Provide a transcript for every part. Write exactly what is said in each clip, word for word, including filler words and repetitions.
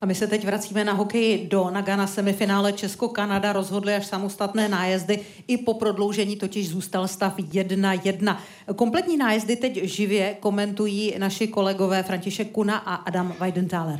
A my se teď vracíme na hokej do Nagana. Semifinále Česko-Kanada rozhodly až samostatné nájezdy. I po prodloužení totiž zůstal stav jedna jedna. Kompletní nájezdy teď živě komentují naši kolegové František Kuna a Adam Weidenthaler.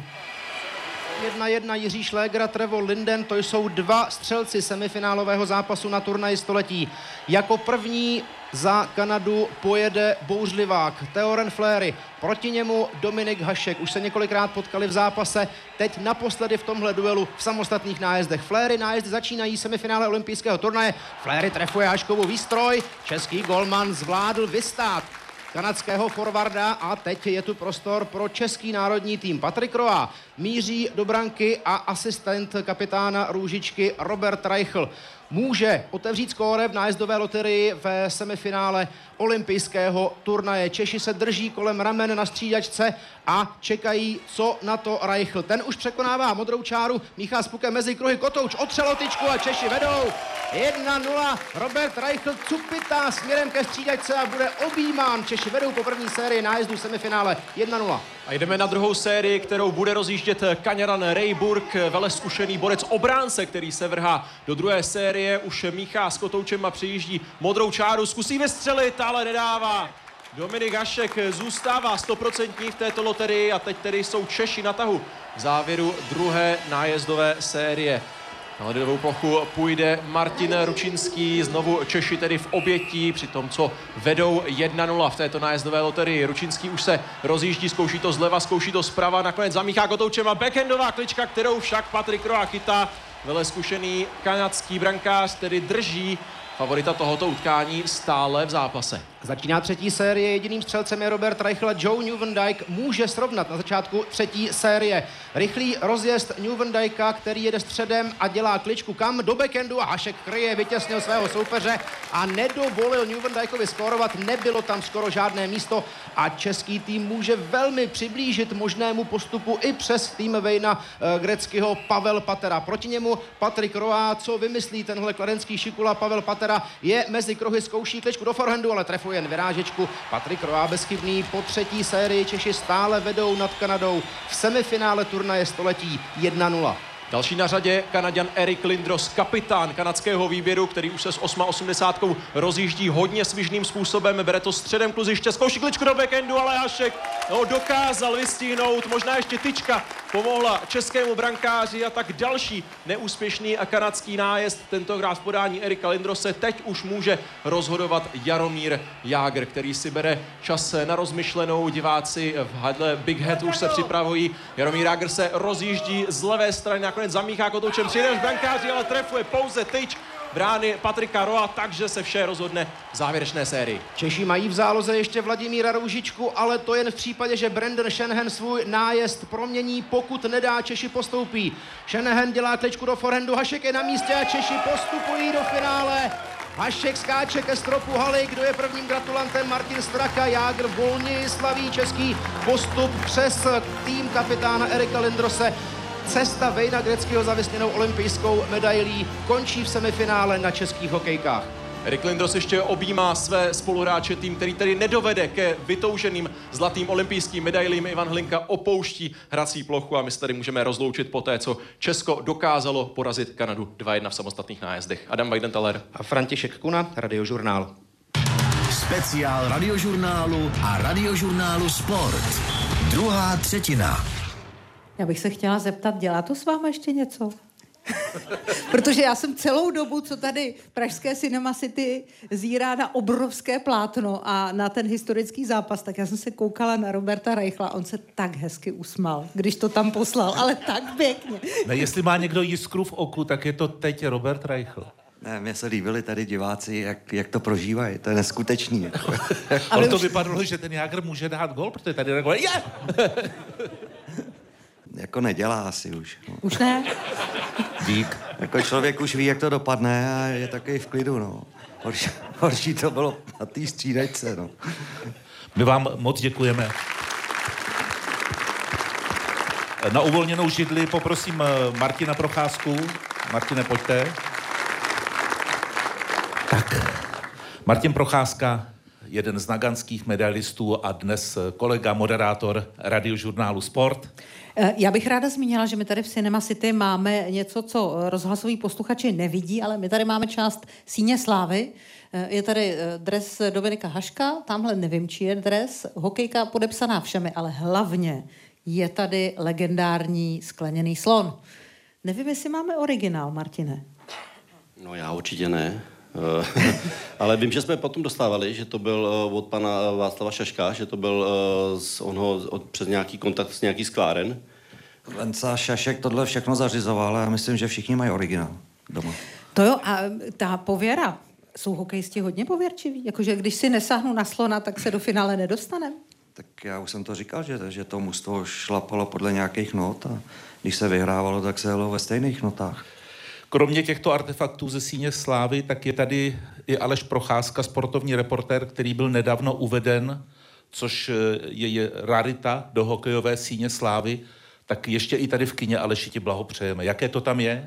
jedna jedna Jiří Šléger a Trevor Linden, to jsou dva střelci semifinálového zápasu na turnaji století. Jako první za Kanadu pojede bouřlivák Théoren Fleury. Proti němu Dominik Hašek. Už se několikrát potkali v zápase, teď naposledy v tomhle duelu v samostatných nájezdech. Fleury nájezdy začínají semifinále olympijského turnaje. Fleury trefuje Haškovu výstroj. Český golman zvládl vystát kanadského forwarda a teď je tu prostor pro český národní tým. Patrik Roy míří do branky a asistent kapitána Růžičky Robert Reichl může otevřít skóre v nájezdové loterii ve semifinále olympijského turnaje. Češi se drží kolem ramen na střídačce a čekají, co na to Reichl. Ten už překonává modrou čáru, míchá s pukem mezi kruhy, Kotouč otřel tyčku a Češi vedou. jedna nula. Robert Reichl cupitá směrem ke střídačce a bude objímán. Češi vedou po první sérii nájezdů semifinále jedna nula. A jdeme na druhou sérii, kterou bude rozjíždět Kanaďan Ray Burke, velezkušený borec obránce, který se vrhá do druhé série. Už míchá s Kotoučem a přijíždí modrou čáru. Zkusí vystřelit, ale nedává. Dominik Hašek zůstává stoprocentní v této loterii a teď tedy jsou Češi na tahu v závěru druhé nájezdové série. Na ledovou plochu půjde Martin Ručinský, znovu Češi tedy v obětí, při tom, co vedou jedna nula v této nájezdové loterii. Ručinský už se rozjíždí, zkouší to zleva, zkouší to zprava, nakonec zamíchá Kotoučem a backhandová klička, kterou však Patrik Roy chytá. Velezkušený kanadský brankář tedy drží favorita tohoto utkání stále v zápase. Začíná třetí série, jediným střelcem je Robert Reichl a Joe Nieuwendyk může srovnat na začátku třetí série. Rychlý rozjezd Nieuwendyka, který jede středem a dělá kličku kam? Do backhandu a Hašek kryje, vytěsnil svého soupeře a nedovolil Nieuwendykovi skórovat, nebylo tam skoro žádné místo a český tým může velmi přiblížit možnému postupu i přes tým Vejna Greckého Pavel Patera. Proti němu Patrik Roy, co vymyslí tenhle kladenský šikula Pavel Patera, je mezi kruhy, zkouší kličku do forehandu, ale trefuje jen vyrážečku. Patrik Roy bezchybný po třetí sérii. Češi stále vedou nad Kanadou v semifinále turnaje století jedna nula. Další na řadě Kanaďan Eric Lindros, kapitán kanadského výběru, který už se s osmadesátkou osm rozjíždí hodně svižným způsobem, bere to středem kluziště, zkouší kličku do backhandu, ale Hašek no, dokázal vystihnout, možná ještě tyčka pomohla českému brankáři a tak další neúspěšný a kanadský nájezd, tentokrát v podání Erika Lindrose. Teď už může rozhodovat Jaromír Jágr, který si bere čas na rozmyšlenou. Diváci v hadle Big Head už se připravují. Jaromír Jágr se rozjíždí z levé strany, nakonec zamíchá Kotoučem, přijde brankáři, ale trefuje pouze tyč brány Patrika Roya, takže se vše rozhodne v závěrečné sérii. Češi mají v záloze ještě Vladimíra Růžičku, ale to jen v případě, že Brandon Shanahan svůj nájezd promění, pokud nedá, Češi postoupí. Shanahan dělá kličku do forehandu, Hašek je na místě a Češi postupují do finále. Hašek skáče ke stropu haly, kdo je prvním gratulantem? Martin Straka. Jágr volně slaví český postup přes tým kapitána Erika Lindrose. Cesta Vejna Greckého za vysněnou olympijskou medailí končí v semifinále na českých hokejkách. Erik Lindros ještě objímá své spoluhráče, tým, který tedy nedovede ke vytouženým zlatým olympijským medailím. Ivan Hlinka opouští hrací plochu a my se tady můžeme rozloučit po té, co Česko dokázalo porazit Kanadu dva jedna v samostatných nájezdech. Adam Weidenthaler a František Kuna, Radiožurnál. Speciál Radiožurnálu a Radiožurnálu Sport. Druhá třetina. Já bych se chtěla zeptat, dělá to s váma ještě něco? Protože já jsem celou dobu, co tady pražské Cinema City zírá na obrovské plátno a na ten historický zápas, tak já jsem se koukala na Roberta Reichla, on se tak hezky usmál, když to tam poslal, ale tak pěkně. Ne, jestli má někdo jiskru v oku, tak je to teď Robert Reichl. Ne, mně se líbili tady diváci, jak, jak to prožívají, to je neskutečný. Ale to už... vypadalo, že ten Jágr může dát gol, protože tady takové, je! Jako nedělá asi už. No. Už ne? Dík. Jako člověk už ví, jak to dopadne a je takový v klidu, no. Horší, horší to bylo na té střídačce, no. My vám moc děkujeme. Na uvolněnou židli poprosím Martina Procházku. Martine, pojďte. Tak. Martin Procházka, jeden z naganských medailistů a dnes kolega, moderátor Radiožurnálu Sport. Já bych ráda zmínila, že my tady v Cinema City máme něco, co rozhlasoví posluchači nevidí, ale my tady máme část Síně slávy. Je tady dres Dominika Haška, tamhle nevím, či je dres, hokejka podepsaná všemi, ale hlavně je tady legendární skleněný slon. Nevím, jestli máme originál, Martine. No já určitě ne. Ale vím, že jsme potom dostávali, že to byl od pana Václava Šaška, že to byl z, on ho od, přes nějaký kontakt s nějaký skláren. Venca Šašek tohle všechno zařizoval a já myslím, že všichni mají originál doma. To jo, a ta pověra, jsou hokejisti hodně pověrčiví? Jakože když si nesáhnu na slona, tak se do finále nedostanem? Tak já už jsem to říkal, že, že to mužstvo šlapalo podle nějakých not a když se vyhrávalo, tak se jelo ve stejných notách. Kromě těchto artefaktů ze Síně slávy, tak je tady i Aleš Procházka, sportovní reportér, který byl nedávno uveden, což je, je rarita do hokejové Síně slávy. Tak ještě i tady v kině, Aleši, ti blahopřejeme. Jaké to tam je?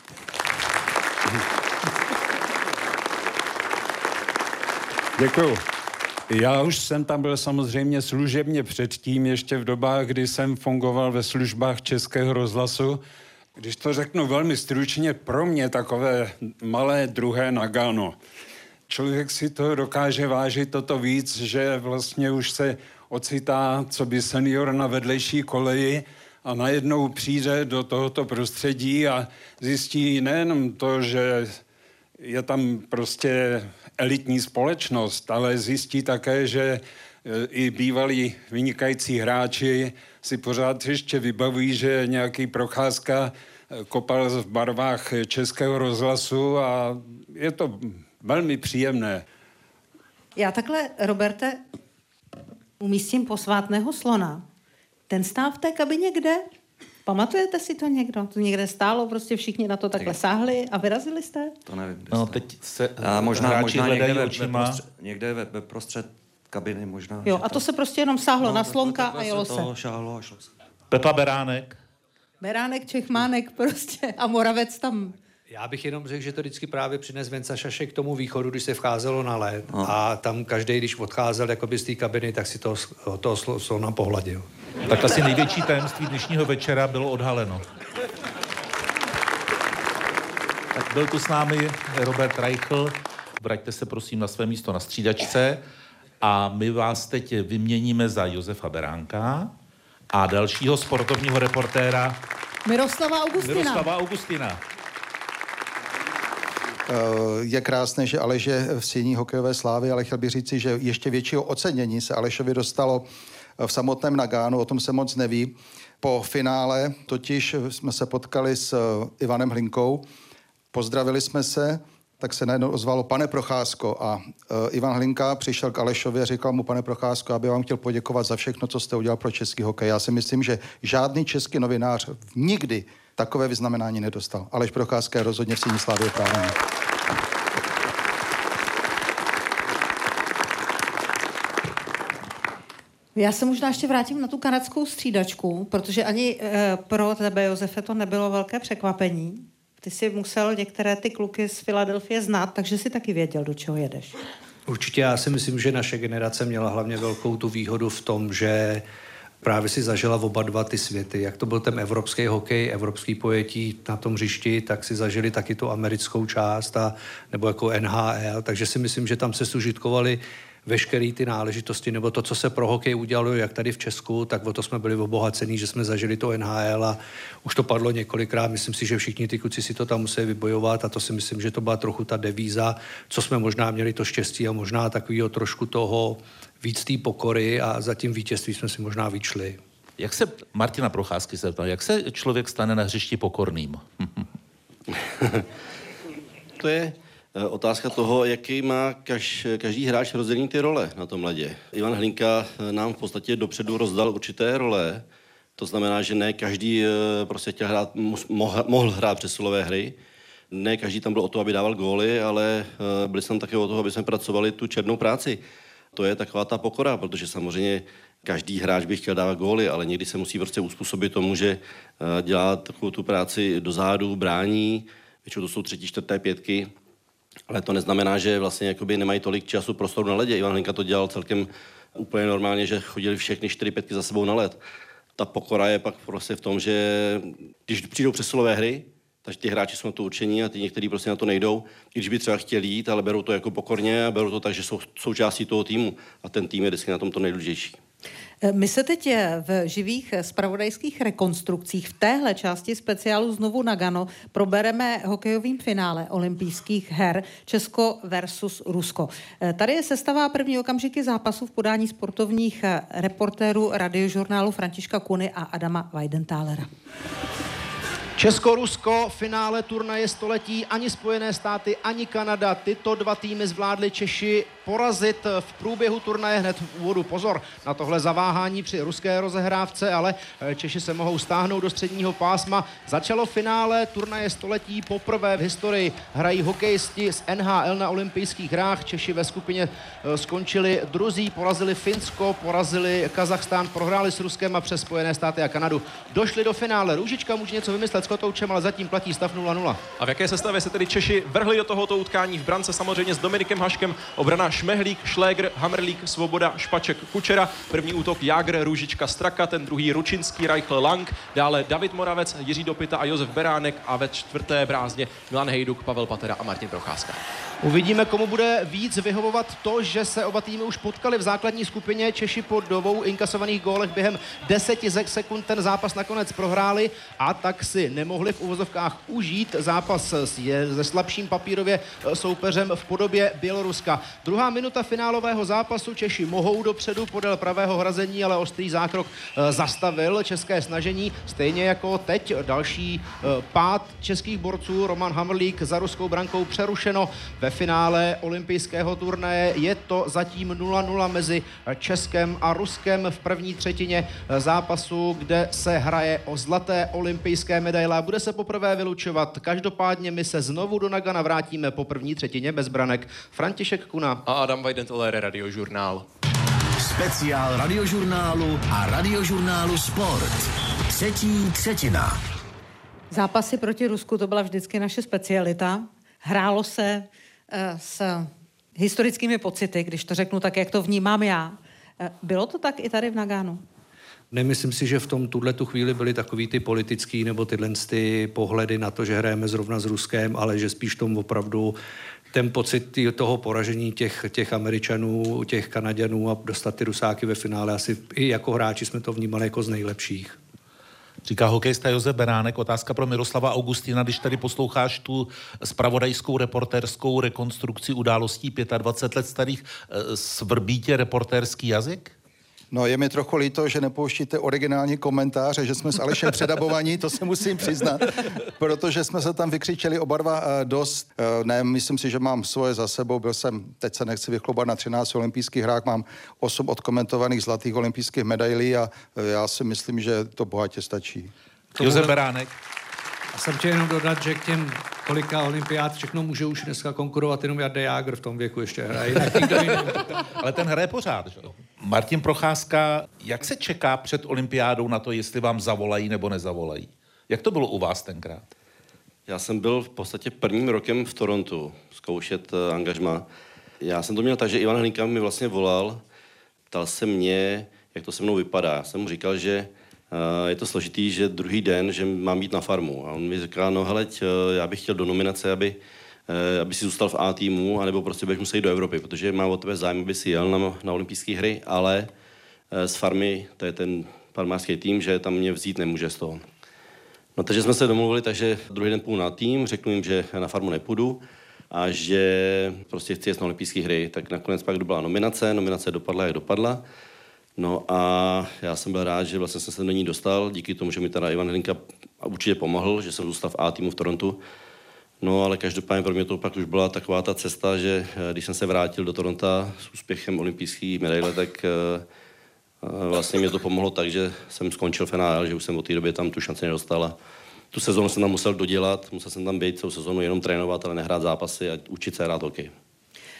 Děkuju. Já už jsem tam byl samozřejmě služebně předtím, ještě v dobách, kdy jsem fungoval ve službách Českého rozhlasu. Když to řeknu velmi stručně, pro mě takové malé druhé Nagano. Člověk si to dokáže vážit toto víc, že vlastně už se ocitá coby senior na vedlejší koleji a najednou přijde do tohoto prostředí a zjistí nejenom to, že je tam prostě elitní společnost, ale zjistí také, že i bývalí vynikající hráči si pořád ještě vybavují, že nějaký Procházka kopal v barvách Českého rozhlasu a je to velmi příjemné. Já takhle, Roberte, umístím posvátného slona. Ten stál v té kabině kde? Pamatujete si to někdo? To někde stálo, prostě všichni na to takhle sáhli a vyrazili jste? To nevím. No, teď se a možná, možná někde, ve, očima. ve prostřed, někde ve, ve prostřed kabiny možná. Jo, a to se prostě jenom sáhlo no, na slonka to, a jelo se. To šáhlo a šlo se. Pepa Beránek. Beránek, Čechmánek prostě a Moravec tam. Já bych jenom řekl, že to vždycky právě přines Venca Šašek k tomu východu, když se vcházelo na led. No. A tam každý, když odcházel jakoby z té kabiny, tak si toho, toho slona pohladil. Tak asi největší tajemství dnešního večera bylo odhaleno. Tak byl tu s námi Robert Reichl. Vraťte se prosím na své místo na střídačce a my vás teď vyměníme za Josefa Beránka a dalšího sportovního reportéra Miroslava Augustina. Miroslava Augustina. Je krásné, že Aleš je v síni hokejové slávy, ale chtěl bych říci, že ještě většího ocenění se Alešovi dostalo v samotném Nagánu, o tom se moc neví. Po finále totiž jsme se potkali s Ivanem Hlinkou, pozdravili jsme se, tak se najednou ozvalo pane Procházko a uh, Ivan Hlinka přišel k Alešovi a říkal mu, pane Procházko, já bych vám chtěl poděkovat za všechno, co jste udělal pro český hokej. Já si myslím, že žádný český novinář nikdy takové vyznamenání nedostal. Aleš Procházka je rozhodně v síni slávy oprávněný. Já se možná ještě vrátím na tu kanadskou střídačku, protože ani e, pro tebe, Josefe, to nebylo velké překvapení. Ty jsi musel některé ty kluky z Filadelfie znát, takže jsi taky věděl, do čeho jedeš. Určitě já si myslím, že naše generace měla hlavně velkou tu výhodu v tom, že právě si zažila oba dva ty světy. Jak to byl ten evropský hokej, evropský pojetí na tom hřišti, tak si zažili taky tu americkou část, a, nebo jako N H L, takže si myslím, že tam se sužitkovali veškeré ty náležitosti, nebo to, co se pro hokej udělalo, jak tady v Česku, tak o to jsme byli obohacení, že jsme zažili to N H L a už to padlo několikrát. Myslím si, že všichni ty kluci si to tam museli vybojovat a to si myslím, že to byla trochu ta devíza, co jsme možná měli to štěstí a možná takového trošku toho víc té pokory a za tím vítězství jsme si možná vyšli. Jak se, Martina Procházky se ptal, jak se člověk stane na hřišti pokorným? To je otázka toho, jaký má kaž, každý hráč rozdělený ty role na tom ledě. Ivan Hlinka nám v podstatě dopředu rozdal určité role. To znamená, že ne každý prostě chtěl hrát, mohl, mohl hrát přesilové hry. Ne každý tam byl o to, aby dával góly, ale byli jsme tam také o toho, aby jsme pracovali tu černou práci. To je taková ta pokora, protože samozřejmě každý hráč by chtěl dávat góly, ale někdy se musí prostě uspůsobit tomu, že dělá takovou tu práci dozadu, brání, většinou to jsou třetí, čtvrté, pětky. Ale to neznamená, že vlastně jakoby nemají tolik času prostoru na ledě. Ivan Hlinka to dělal celkem úplně normálně, že chodili všechny čtyři pětky za sebou na led. Ta pokora je pak prostě v tom, že když přijdou přesilové hry, takže ty hráči jsou na to určení a ty někteří prostě na to nejdou, i když by třeba chtěli jít, ale berou to jako pokorně a berou to tak, že jsou součástí toho týmu a ten tým je vždycky na tom to nejdůležitější. My se teď v živých zpravodajských rekonstrukcích v téhle části speciálu Znovu Nagano probereme hokejovým finále olympijských her Česko versus Rusko. Tady je sestava první okamžiky zápasu v podání sportovních reportérů Radiožurnálu Františka Kuny a Adama Weidenthalera. Česko-Rusko, finále turnaje století, ani Spojené státy, ani Kanada. Tyto dva týmy zvládli Češi porazit v průběhu turnaje hned v úvodu. Pozor na tohle zaváhání při ruské rozehrávce, ale Češi se mohou stáhnout do středního pásma. Začalo finále turnaje století poprvé v historii. Hrají hokejisti z N H L na olympijských hrách. Češi ve skupině skončili druzí, porazili Finsko, porazili Kazachstán, prohráli s Ruskem a přes Spojené státy a Kanadu došli do finále. Růžička může něco vymyslet s Kotoučem, ale zatím platí stav nula nula. A v jaké sestavě se tedy Češi vrhli do tohoto utkání? V brance samozřejmě s Dominikem Haškem, obrana Šmehlík, Šlégr, Hamrlík, Svoboda, Špaček, Kučera, první útok Jágr, Růžička, Straka, ten druhý Ručinský, Reichl, Lang, dále David Moravec, Jiří Dopita a Josef Beránek a ve čtvrté brázně Milan Hejduk, Pavel Patera a Martin Procházka. Uvidíme, komu bude víc vyhovovat to, že se oba týmy už potkali v základní skupině. Češi po dvou inkasovaných gólech během deseti sekund ten zápas nakonec prohráli a tak si nemohli v uvozovkách užít zápas se slabším papírově soupeřem v podobě Běloruska. Druhá minuta finálového zápasu. Češi mohou dopředu podél pravého hrazení, ale ostrý zákrok zastavil české snažení. Stejně jako teď další pád českých borců. Roman Hamrlík za ruskou brankou přerušeno. Ve finále olympijského turnaje je to zatím nula nula mezi Českem a Ruskem v první třetině zápasu, kde se hraje o zlaté olympijské medaile. Bude se poprvé vylučovat. Každopádně my se znovu do Nagana vrátíme po první třetině bez branek. František Kuna a Adam Weidenthaler, Radiožurnál. Speciál Radiožurnálu a Radiožurnálu Sport. Třetí třetina. Zápasy proti Rusku, to byla vždycky naše specialita. Hrálo se s historickými pocity, když to řeknu tak, jak to vnímám já. Bylo to tak i tady v Naganu? Nemyslím si, že v tom tuhletu chvíli byly takový ty politický nebo tyhle ty pohledy na to, že hrajeme zrovna s Ruskem, ale že spíš tomu opravdu ten pocit toho poražení těch, těch Američanů, těch Kanaďanů a dostat ty Rusáky ve finále, asi i jako hráči jsme to vnímali jako z nejlepších. Říká hokejista Josef Beránek. Otázka pro Miroslava Augustina, když tady posloucháš tu zpravodajskou reportérskou rekonstrukci událostí dvacet pět let starých, svrbí tě reportérský jazyk? No, je mi trochu líto, že nepouštíte originální komentáře, že jsme s Alešem předabovaní, to se musím přiznat, protože jsme se tam vykřičeli oba dva dost. Ne, myslím si, že mám svoje za sebou, byl jsem, teď se nechci vychlubat, na třinácti olympijských hrách, mám osm odkomentovaných zlatých olympijských medailí a já si myslím, že to bohatě stačí. Josef Beránek. Já jsem chtěl jenom dodat, že k těm kolika olympiád všechno může už dneska konkurovat jenom Jarda Jágr, v tom věku ještě hraje. Ale ten hraje pořád, že? Martin Procházka, jak se čeká před olympiádou na to, jestli vám zavolají nebo nezavolají? Jak to bylo u vás tenkrát? Já jsem byl v podstatě prvním rokem v Torontu zkoušet uh, angažma. Já jsem to měl tak, že Ivan Hlinka mi vlastně volal, ptal se mě, jak to se mnou vypadá. Já jsem mu říkal, že Uh, je to složitý, že druhý den, že mám jít na farmu. A on mi říká, no heleď, uh, já bych chtěl do nominace, aby, uh, aby si zůstal v A týmu, anebo prostě budeš muset jít do Evropy, protože má o tebe zájem, aby si jel na, na olympijské hry, ale uh, z farmy, to je ten farmářský tým, že tam mě vzít nemůže z toho. No takže jsme se domluvili, takže druhý den půjdu na tým, řeknu jim, že na farmu nepůjdu a že prostě chci jet na olympijské hry. Tak nakonec pak byla nominace, nominace dopadla, jak dopadla. No a já jsem byl rád, že vlastně jsem se do ní dostal, díky tomu, že mi teda Ivan Hlinka určitě pomohl, že jsem zůstal v A týmu v Torontu. No ale každopádně pro mě to pak už byla taková ta cesta, že když jsem se vrátil do Toronta s úspěchem olympijské medaile, tak vlastně mě to pomohlo tak, že jsem skončil v N H L, že už jsem od té doby tam tu šanci nedostal a tu sezónu jsem tam musel dodělat, musel jsem tam být celou sezónu jenom trénovat, ale nehrát zápasy a učit se hrát hokej.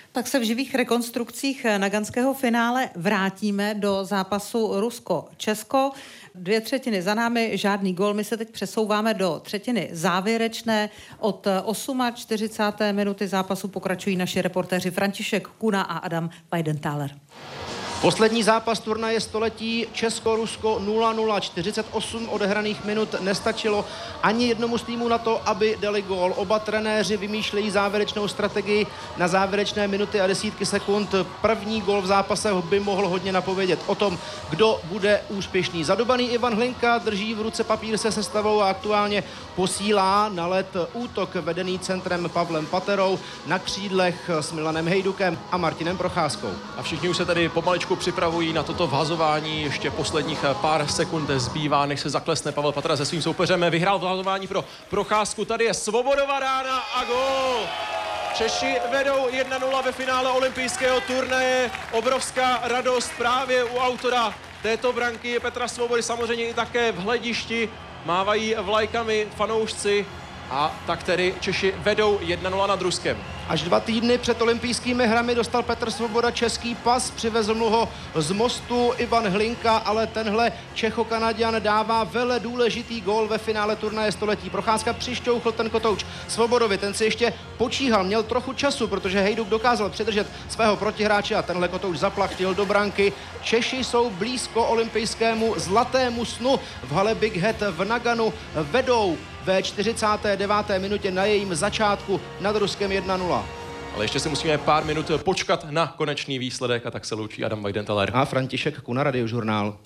Tak se v živých rekonstrukcích naganského finále vrátíme do zápasu Rusko-Česko. Dvě třetiny za námi, žádný gól. My se teď přesouváme do třetiny závěrečné. Od čtyřicáté osmé minuty zápasu pokračují naši reportéři František Kuna a Adam Weidenthaler. Poslední zápas turnaje století Česko-Rusko nula nula, čtyřicet osm odehraných minut nestačilo ani jednomu z týmu na to, aby dali gól. Oba trenéři vymýšlejí závěrečnou strategii na závěrečné minuty a desítky sekund. První gól v zápase by mohl hodně napovědět o tom, kdo bude úspěšný. Zadobaný Ivan Hlinka drží v ruce papír se sestavou a aktuálně posílá na led útok vedený centrem Pavlem Paterou, na křídlech s Milanem Hejdukem a Martinem Procházkou. A všichni už se tady pomaličku připravují na toto vhazování. Ještě posledních pár sekund zbývá, než se zaklesne Pavel Patera se svým soupeřem. Vyhrál vhazování pro Procházku. Tady je Svobodova rána a gól. Češi vedou jedna nula ve finále olympijského turnaje. Obrovská radost právě u autora této branky Petra Svobody. Samozřejmě i také v hledišti mávají vlajkami fanoušci. A tak tedy Češi vedou jedna nula nad Ruskem. Až dva týdny před olympijskými hrami dostal Petr Svoboda český pas, přivezl mu ho z Mostu Ivan Hlinka, ale tenhle Čecho-Kanaďan dává vele důležitý gól ve finále turnaje století. Procházka přišťouchl ten kotouč Svobodovi, ten si ještě počíhal, měl trochu času, protože Hejduk dokázal přidržet svého protihráče a tenhle kotouč zaplachtil do branky. Češi jsou blízko olympijskému zlatému snu. V hale Big Head v Naganu vedou ve čtyřicáté deváté minutě na jejím začátku nad Ruskem jedna nula. Ale ještě si musíme pár minut počkat na konečný výsledek a tak se loučí Adam Weidenthaler a František Kuna, Radiožurnál.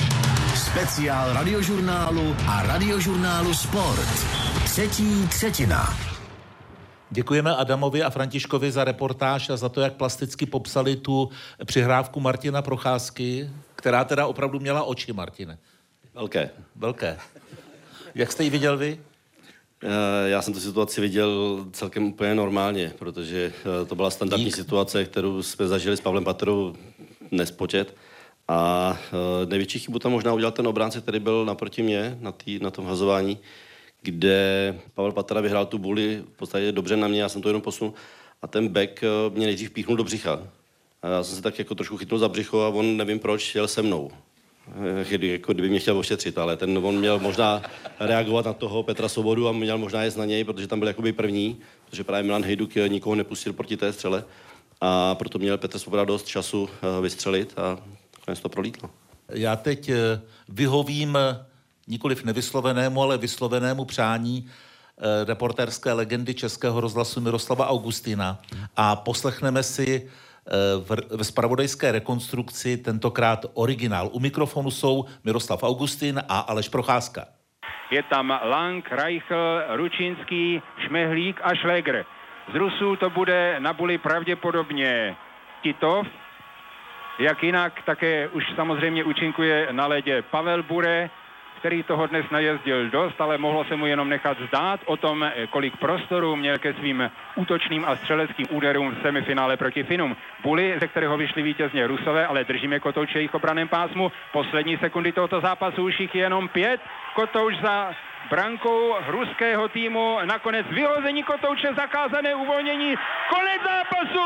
Speciál Radiožurnálu a Radiožurnálu Sport. Třetí třetina. Děkujeme Adamovi a Františkovi za reportáž a za to, jak plasticky popsali tu přihrávku Martina Procházky, která teda opravdu měla oči, Martine. Velké. Velké. Jak jste ji viděl vy? Já jsem tu situaci viděl celkem úplně normálně, protože to byla standardní Dík. situace, kterou jsme zažili s Pavlem Paterou nespočet. A největší chybu tam možná udělal ten obránce, který byl naproti mě na, tý, na tom hazování, kde Pavel Patera vyhrál tu buli v podstatě dobře na mě, já jsem to jenom posunul. A ten back mě nejdřív píchnul do břicha. A já jsem se tak jako trošku chytnul za břicho a on, nevím proč, jel se mnou. Jako kdyby mě chtěl ošetřit, ale ten on měl možná reagovat na toho Petra Svobodu a měl možná jet na něj, protože tam byl jakoby první, protože právě Milan Hejduk nikoho nepustil proti té střele a proto měl Petr Svoboda dost času vystřelit a konec to prolítlo. Já teď vyhovím nikoliv nevyslovenému, ale vyslovenému přání reportérské legendy Českého rozhlasu Miroslava Augustina a poslechneme si ve zpravodajské rekonstrukci tentokrát originál. U mikrofonu jsou Miroslav Augustin a Aleš Procházka. Je tam Lang, Reichl, Ručínský, Šmehlík a Šlegr. Z Rusů to bude na buli pravděpodobně Titov. Jak jinak, také už samozřejmě účinkuje na ledě Pavel Bure, který toho dnes najezdil dost, ale mohlo se mu jenom nechat zdát o tom, kolik prostoru měl ke svým útočným a střeleckým úderům v semifinále proti Finům. Buli, ze kterého vyšli vítězně Rusové, ale držíme kotouče jejich obraném pásmu. Poslední sekundy tohoto zápasu už jich jenom pět. Kotouč za brankou ruského týmu. Nakonec vyhození kotouče, zakázané uvolnění. Konec zápasu!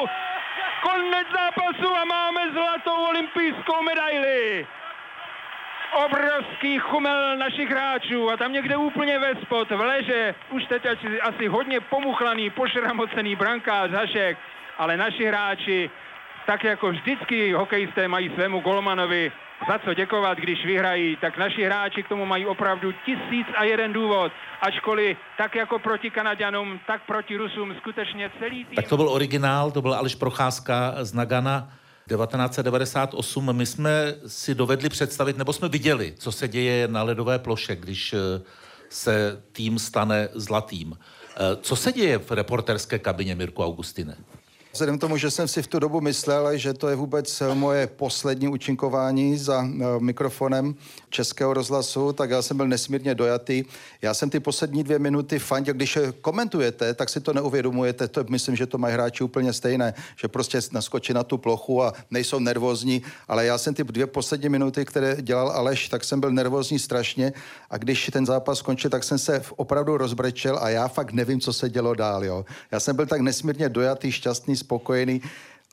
Konec zápasu a máme zlatou olympijskou medaili! Obrovský chumel našich hráčů a tam někde úplně ve spod vleže už teď asi hodně pomuchlaný, pošramocený brankář Hašek, ale naši hráči, tak jako vždycky hokejisté mají svému golmanovi za co děkovat, když vyhrají, tak naši hráči k tomu mají opravdu tisíc a jeden důvod, ačkoliv tak jako proti Kanaďanům, tak proti Rusům skutečně celý tým. Tak to byl originál, to byl Aleš Procházka z Nagana. devatenáct set devadesát osm. My jsme si dovedli představit, nebo jsme viděli, co se děje na ledové ploše, když se tým stane zlatým. Co se děje v reporterské kabině, Mirku Augustine? Vzhledem k tomu, že jsem si v tu dobu myslel, že to je vůbec moje poslední účinkování za mikrofonem Českého rozhlasu, tak já jsem byl nesmírně dojatý. Já jsem ty poslední dvě minuty fandil. Když komentujete, tak si to neuvědomujete. To myslím, že to mají hráči úplně stejné, že prostě naskočí na tu plochu a nejsou nervózní. Ale já jsem ty dvě poslední minuty, které dělal Aleš, tak jsem byl nervózní strašně. A když ten zápas skončil, tak jsem se opravdu rozbrečel a já fakt nevím, co se dělo dál. Jo. Já jsem byl tak nesmírně dojatý, šťastný, spokojený.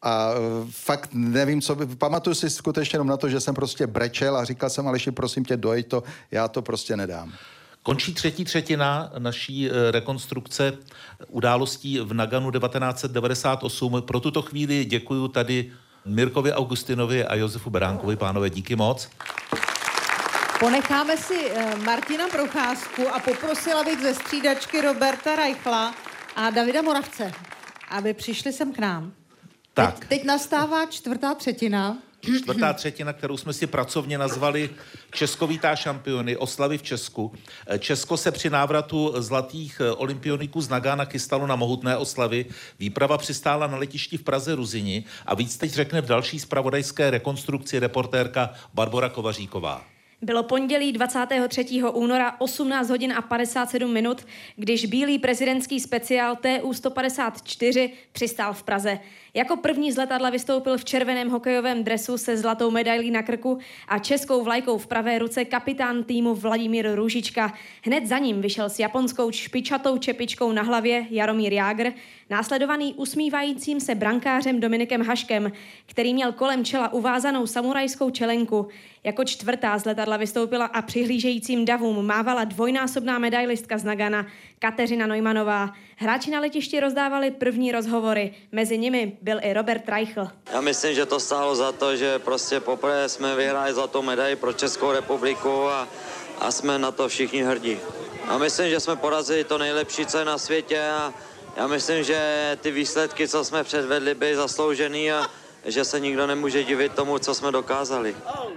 A fakt nevím, co by... Pamatuju si skutečně jenom na to, že jsem prostě brečel a říkal jsem, Aleši, prosím tě, dojeď to, já to prostě nedám. Končí třetí třetina naší rekonstrukce událostí v Naganu devatenáct set devadesát osm. Pro tuto chvíli děkuju tady Mirkovi Augustinovi a Josefu Beránkovi. Pánové, díky moc. Ponecháme si Martina Procházku a poprosila bych ze střídačky Roberta Reichla a Davida Moravce, aby přišli sem k nám. Tak. Teď, teď nastává čtvrtá třetina. Čtvrtá třetina, kterou jsme si pracovně nazvali Česko vítá šampiony, oslavy v Česku. Česko se při návratu zlatých olympioniků z Nagana chystalo na mohutné oslavy. Výprava přistála na letišti v Praze Ruzini a víc teď řekne v další zpravodajské rekonstrukci reportérka Barbora Kovaříková. Bylo pondělí dvacátého třetího února osmnáct hodin a padesát sedm minut, když bílý prezidentský speciál T U sto padesát čtyři přistál v Praze. Jako první z letadla vystoupil v červeném hokejovém dresu se zlatou medailí na krku a českou vlajkou v pravé ruce kapitán týmu Vladimír Růžička. Hned za ním vyšel s japonskou špičatou čepičkou na hlavě Jaromír Jágr, následovaný usmívajícím se brankářem Dominikem Haškem, který měl kolem čela uvázanou samurajskou čelenku. Jako čtvrtá z letadla vystoupila a přihlížejícím davům mávala dvojnásobná medailistka z Nagana Kateřina Neumannová. Hráči na letišti rozdávali první rozhovory. Mezi nimi byl i Robert Reichl. Já myslím, že to stálo za to, že prostě poprvé jsme vyhráli zlatou medaili pro Českou republiku a, a jsme na to všichni hrdí. A myslím, že jsme porazili to nejlepší, co je na světě a já myslím, že ty výsledky, co jsme předvedli, byly zasloužený a že se nikdo nemůže divit tomu, co jsme dokázali.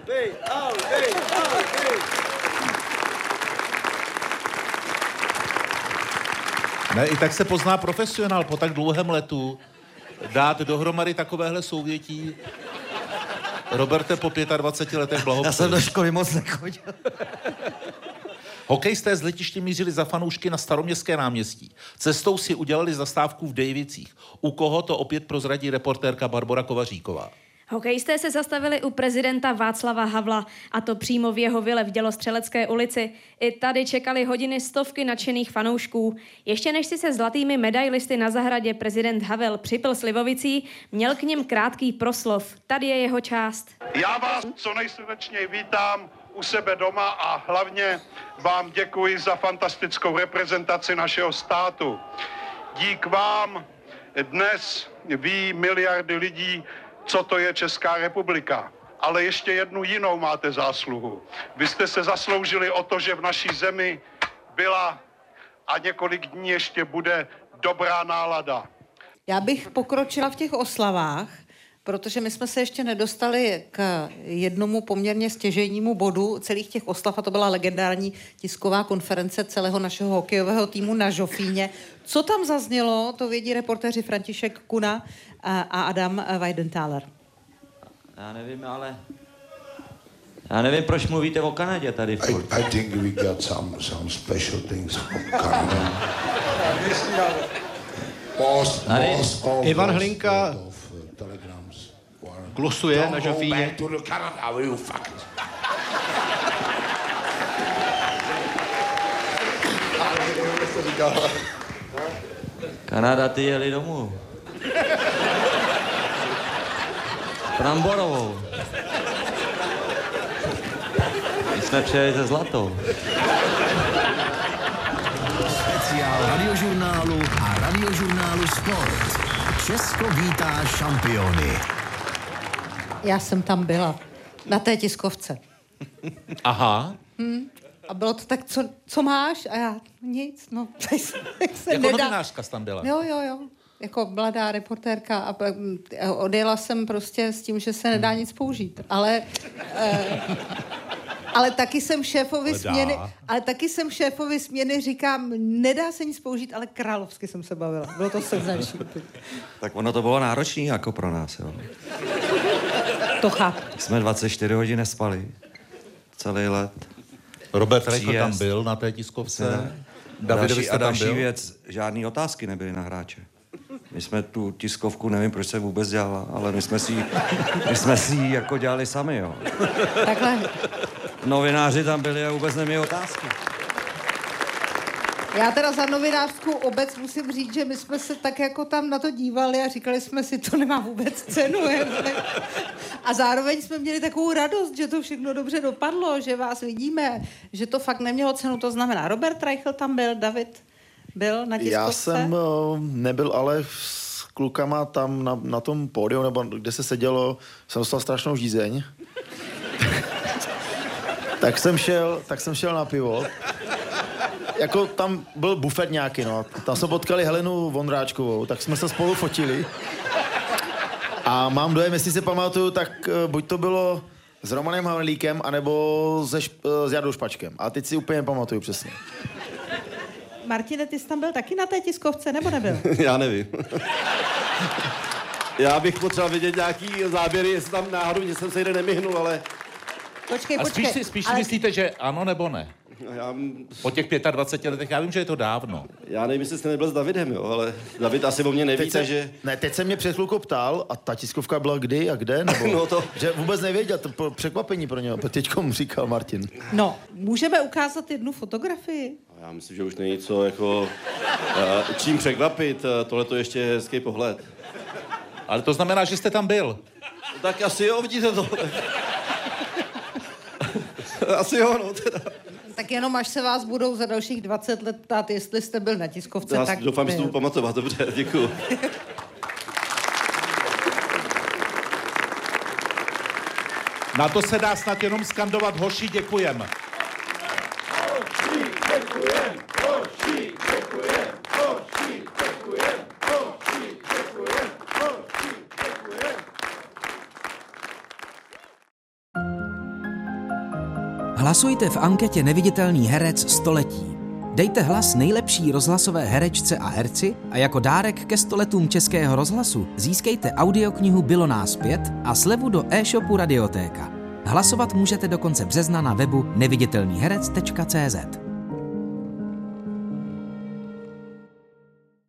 Ne, i tak se pozná profesionál po tak dlouhém letu. Dát dohromady takovéhle souvětí. Roberte, po dvaceti pěti letech blahopřeji. Já jsem do školy moc nechodil. Hokejisté z letiště mířili za fanoušky na Staroměstské náměstí. Cestou si udělali zastávku v Dejvicích. U koho to opět prozradí reportérka Barbora Kovaříková. Hokejisté se zastavili u prezidenta Václava Havla, a to přímo v jeho vile v Dělostřelecké ulici. I tady čekali hodiny stovky nadšených fanoušků. Ještě než si se zlatými medailisty na zahradě prezident Havel připil slivovicí, měl k něm krátký proslov. Tady je jeho část. Já vás co nejsrdečněji vítám u sebe doma a hlavně vám děkuji za fantastickou reprezentaci našeho státu. Dík vám dnes ví miliardy lidí, co to je Česká republika. Ale ještě jednu jinou máte zásluhu. Vy jste se zasloužili o to, že v naší zemi byla a několik dní ještě bude dobrá nálada. Já bych pokročila v těch oslavách, protože my jsme se ještě nedostali k jednomu poměrně stěžejnímu bodu celých těch oslav, a to byla legendární tisková konference celého našeho hokejového týmu na Žofíně. Co tam zaznělo, to vědí reportéři František Kuna a Adam Weidenthaler. Já nevím, ale... Já nevím, proč mluvíte o Kanadě tady. I, I think we got some, some special things from Canada. most, most Ivan Hlinka glosuje na Žofíně. Kanada, ty jeli domů. Bramborovou. My jsme přijeli ze zlatou. Speciál Radiožurnálu a Radiožurnálu Sport. Česko vítá šampiony. Já jsem tam byla, na té tiskovce. Aha. Hmm. A bylo to tak, co, co máš? A já, nic, no. Tak se jako nedá. novinářka jsi tam byla. Jo, jo, jo. Jako mladá reportérka a odjela jsem prostě s tím, že se nedá nic použít. Ale, eh, ale taky jsem šéfovi Hledá. směny, ale taky jsem šéfovi směny říkám, nedá se nic použít, ale královsky jsem se bavila. Bylo to senzační. Tak ono to bylo náročný jako pro nás, jo. To chápu. Jsme dvacet čtyři hodin nespali. Celý let. Robert Reichl tam byl na té tiskovce. Davidovi jste a tam další byl? věc, žádný otázky nebyly na hráče. My jsme tu tiskovku, nevím, proč se vůbec dělala, ale my jsme si, my jsme si ji jako dělali sami, jo. Takhle. Novináři tam byli a vůbec neměli otázky. Já teda za novinářskou obec musím říct, že my jsme se tak jako tam na to dívali a říkali jsme si, to nemá vůbec cenu. A zároveň jsme měli takovou radost, že to všechno dobře dopadlo, že vás vidíme, že to fakt nemělo cenu. To znamená, Robert Reichl tam byl, David byl na tiskovce? Já jsem uh, nebyl, ale s klukama tam na, na tom pódiu, nebo kde se sedělo, jsem dostal strašnou žízeň. tak, jsem šel, tak jsem šel na pivo. Jako tam byl bufet nějaký, no. Tam jsme potkali Helenu Vondráčkovou, tak jsme se spolu fotili. A mám dojem, jestli se pamatuju, tak uh, buď to bylo s Romanem Havlíkem, anebo se šp- s Jardou Špačkem. A teď si úplně pamatuju přesně. Martine, ty jsi tam byl taky na té tiskovce, nebo nebyl? Já nevím. Já bych potřeboval vidět nějaký záběry, jestli tam náhodou mě jsem se jeden nemyhnul, ale... Počkej, A počkej. spíš si, spíš ale... si myslíte, že ano nebo ne? Já... Po těch dvaceti pěti letech, já vím, že je to dávno. Já nevím, jestli jste nebyl s Davidem, jo, ale David asi o mě neví, Teď se, takže... Ne, teď se mě před chvilkou ptal, a ta tiskovka byla kdy a kde, nebo... no to... Že vůbec nevěděl, to překvapení pro něho, teďkom říkal Martin. No, můžeme ukázat jednu fotografii? Já myslím, že už není co jako... Uh, čím překvapit, uh, tohle to ještě je hezký pohled. Ale to znamená, že jste tam byl. No, tak asi jo, vidíte to. asi jo, no teda. Tak jenom až se vás budou za dalších dvacet let ptát, jestli jste byl na tiskovce, Já tak doufám, byl. že si to budu pamatovat, dobře, děkuju. Na to se dá snad jenom skandovat hoši, děkujem. Hoši, děkujem, hoši, děkujem, hoši, děkujem, hoši, děkujem, hoši, děkujem. Hlasujte v anketě Neviditelný herec století. Dejte hlas nejlepší rozhlasové herečce a herci a jako dárek ke sto letům Českého rozhlasu získejte audioknihu Bylo nás pět a slevu do e-shopu Radiotéka. Hlasovat můžete do konce března na webu neviditelný herec tečka cé zet.